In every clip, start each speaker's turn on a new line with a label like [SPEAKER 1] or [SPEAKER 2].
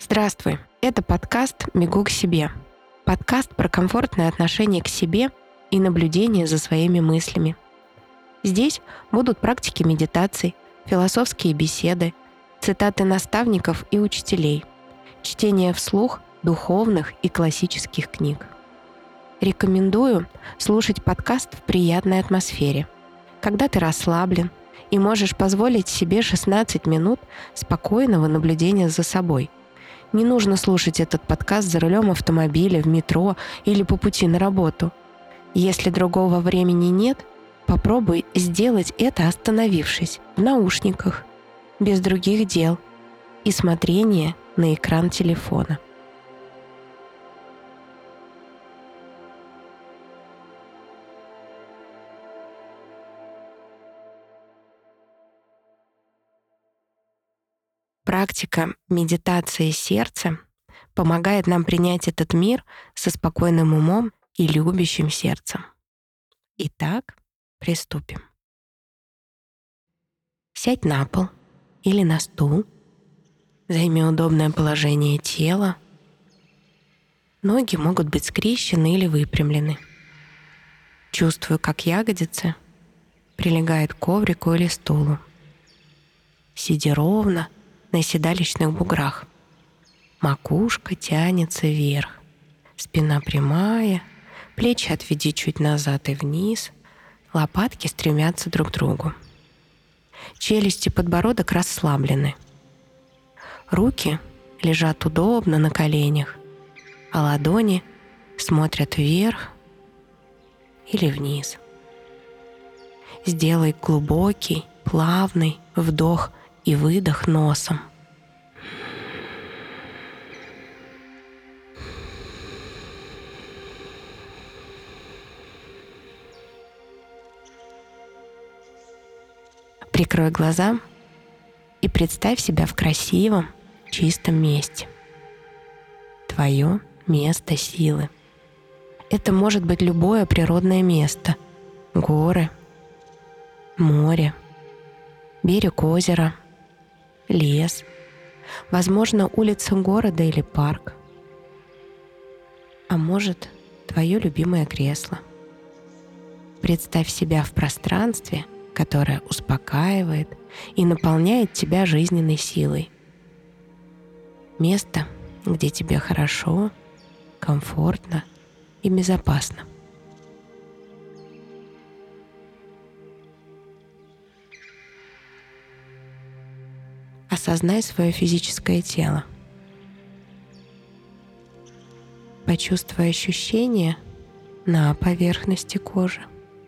[SPEAKER 1] Здравствуй, это подкаст «Бегу к себе». Подкаст про комфортное отношение к себе и наблюдение за своими мыслями. Здесь будут практики медитаций, философские беседы, цитаты наставников и учителей, чтение вслух духовных и классических книг. Рекомендую слушать подкаст в приятной атмосфере, когда ты расслаблен и можешь позволить себе 16 минут спокойного наблюдения за собой. Не нужно слушать этот подкаст за рулем автомобиля, в метро или по пути на работу. Если другого времени нет, попробуй сделать это, остановившись в наушниках, без других дел и смотрения на экран телефона. Практика медитации сердца помогает нам принять этот мир со спокойным умом и любящим сердцем. Итак, приступим. Сядь на пол или на стул, займи удобное положение тела. Ноги могут быть скрещены или выпрямлены. Чувствуй, как ягодицы прилегают к коврику или стулу. Сиди ровно на седалищных буграх. Макушка тянется вверх. Спина прямая, плечи отведи чуть назад и вниз. Лопатки стремятся друг к другу. Челюсти и подбородок расслаблены. Руки лежат удобно на коленях, а ладони смотрят вверх или вниз. Сделай глубокий, плавный вдох и выдох носом. Прикрой глаза и представь себя в красивом, чистом месте. Твое место силы. Это может быть любое природное место. Горы, море, берег озера, лес, возможно, улица города или парк. А может, твое любимое кресло. Представь себя в пространстве, которое успокаивает и наполняет тебя жизненной силой. Место, где тебе хорошо, комфортно и безопасно. Осознай свое физическое тело. Почувствуй ощущения на поверхности кожи.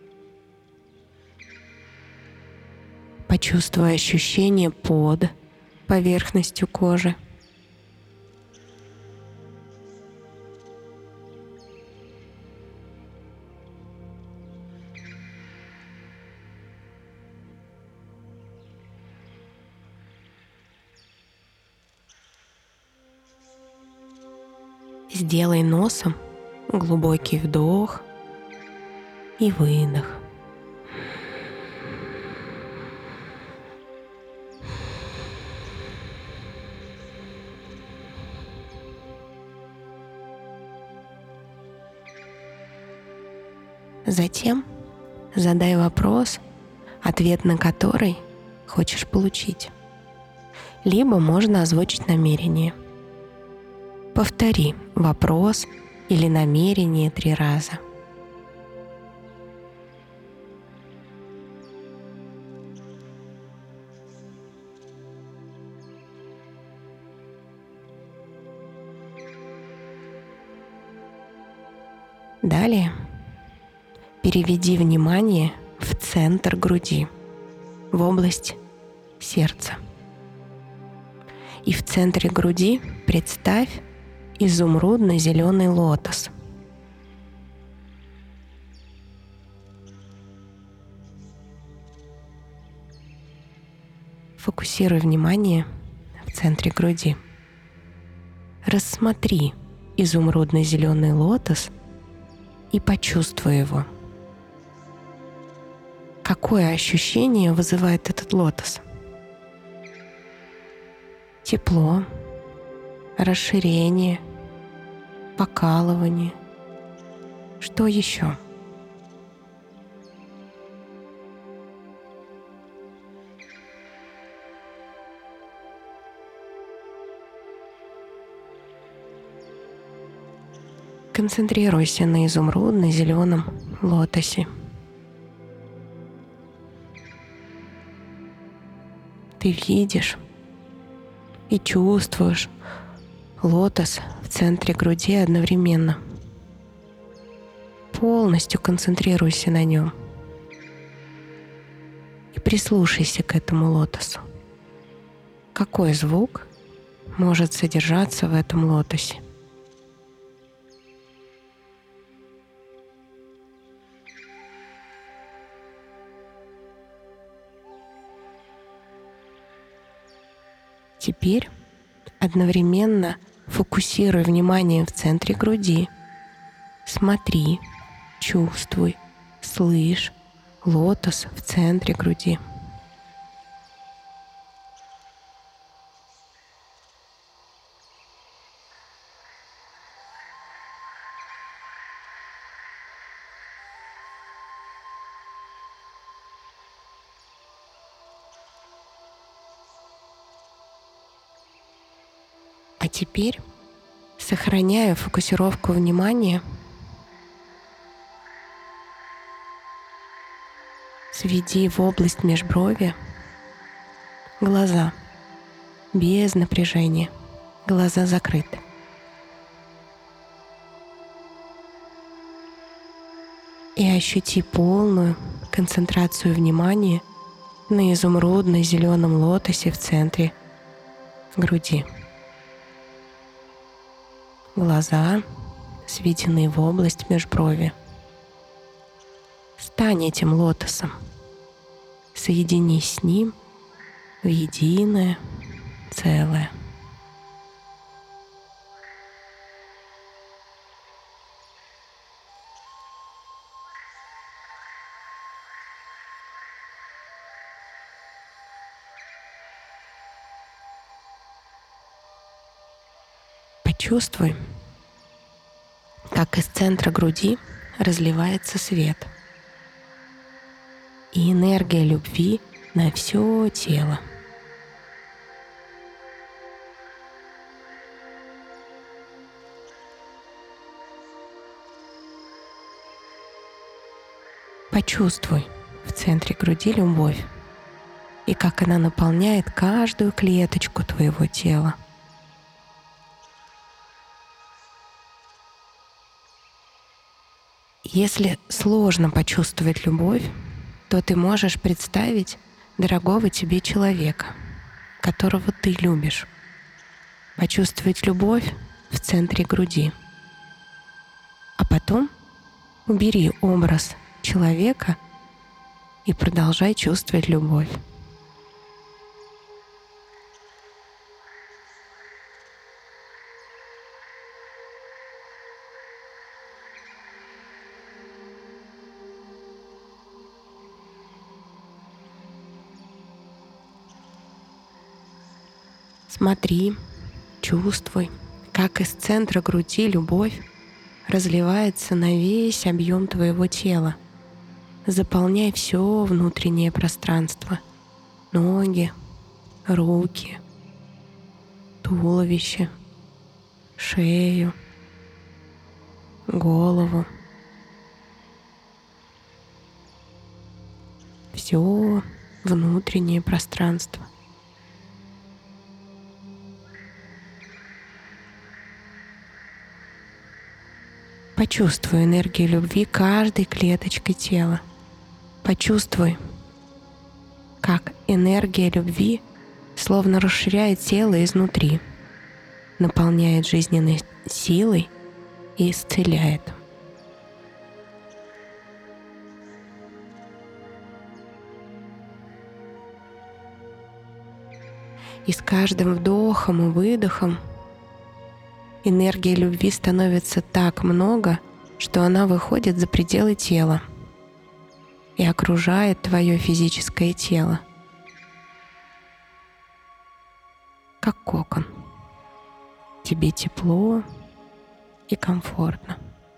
[SPEAKER 1] Почувствуй ощущения под поверхностью кожи. Сделай носом глубокий вдох и выдох. Затем задай вопрос, ответ на который хочешь получить. Либо можно озвучить намерение. Повтори вопрос или намерение 3 раза. Далее переведи внимание в центр груди, в область сердца. И в центре груди представь изумрудно-зеленый лотос. Фокусируй внимание в центре груди. Рассмотри изумрудно-зеленый лотос и почувствуй его. Какое ощущение вызывает этот лотос? Тепло, расширение, покалывание. Что еще? Концентрируйся на изумрудно-зеленом лотосе. Ты видишь и чувствуешь лотос в центре груди одновременно. Полностью концентрируйся на нем и прислушайся к этому лотосу. Какой звук может содержаться в этом лотосе? Теперь одновременно фокусируй внимание в центре груди. Смотри, чувствуй, слышь лотос в центре груди. А теперь, сохраняя фокусировку внимания, сведи в область межброви глаза без напряжения, глаза закрыты. И ощути полную концентрацию внимания на изумрудно-зеленом лотосе в центре груди. Глаза сведены в область межброви. Стань этим лотосом. Соединись с ним в единое целое. Почувствуй, как из центра груди разливается свет и энергия любви на все тело. Почувствуй в центре груди любовь и как она наполняет каждую клеточку твоего тела. Если сложно почувствовать любовь, то ты можешь представить дорогого тебе человека, которого ты любишь. Почувствовать любовь в центре груди. А потом убери образ человека и продолжай чувствовать любовь. Смотри, чувствуй, как из центра груди любовь разливается на весь объем твоего тела. Заполняй все внутреннее пространство. Ноги, руки, туловище, шею, голову. Все внутреннее пространство. Почувствуй энергию любви каждой клеточкой тела. Почувствуй, как энергия любви словно расширяет тело изнутри, наполняет жизненной силой и исцеляет. И с каждым вдохом и выдохом энергии любви становится так много, что она выходит за пределы тела и окружает твое физическое тело, как кокон. тебе тепло и комфортно.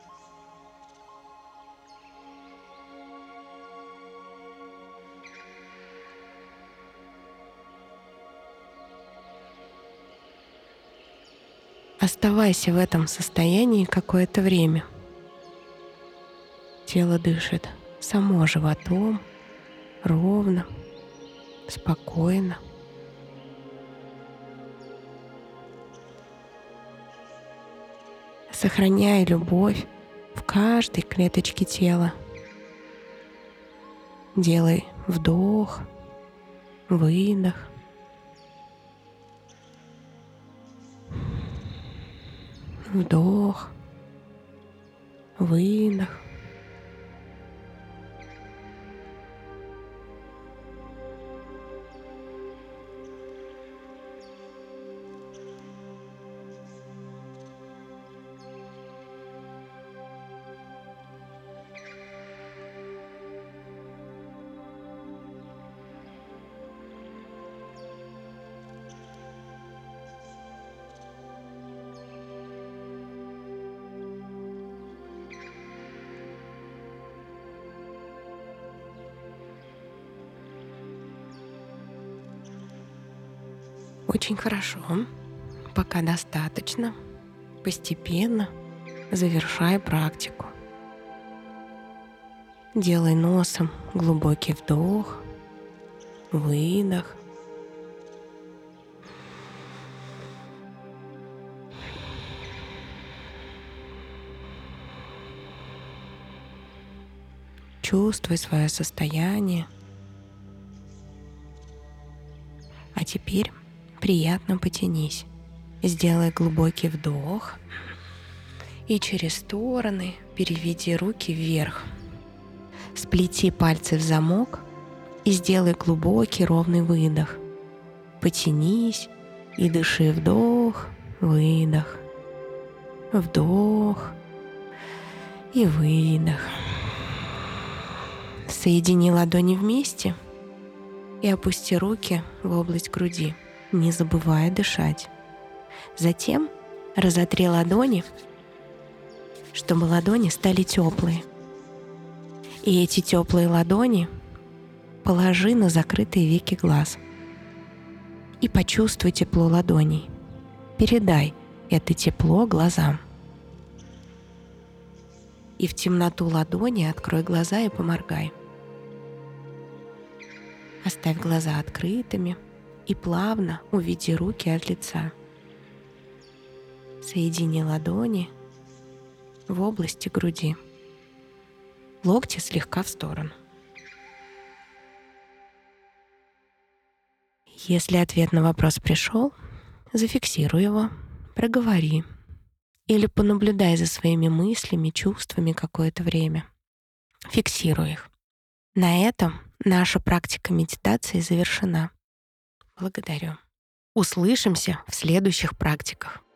[SPEAKER 1] Оставайся в этом состоянии какое-то время. Тело дышит само животом, ровно, спокойно. Сохраняй любовь в каждой клеточке тела. Делай вдох, выдох. Вдох, выдох. Очень хорошо. Пока достаточно. Постепенно завершай практику. Делай носом глубокий вдох, выдох. Чувствуй свое состояние. А теперь приятно потянись. Сделай глубокий вдох и через стороны переведи руки вверх. Сплети пальцы в замок и сделай глубокий ровный выдох. Потянись и дыши вдох, выдох, вдох и выдох. Соедини ладони вместе и опусти руки в область груди, не забывая дышать. Затем разотри ладони, чтобы ладони стали теплые. И эти теплые ладони положи на закрытые веки глаз. И почувствуй тепло ладоней. Передай это тепло глазам. И в темноту ладони открой глаза и поморгай. Оставь глаза открытыми и плавно уведи руки от лица. Соедини ладони в области груди. Локти слегка в сторону. Если ответ на вопрос пришел, зафиксируй его, проговори или понаблюдай за своими мыслями, чувствами какое-то время. Фиксируй их. На этом наша практика медитации завершена. Благодарю. Услышимся в следующих практиках.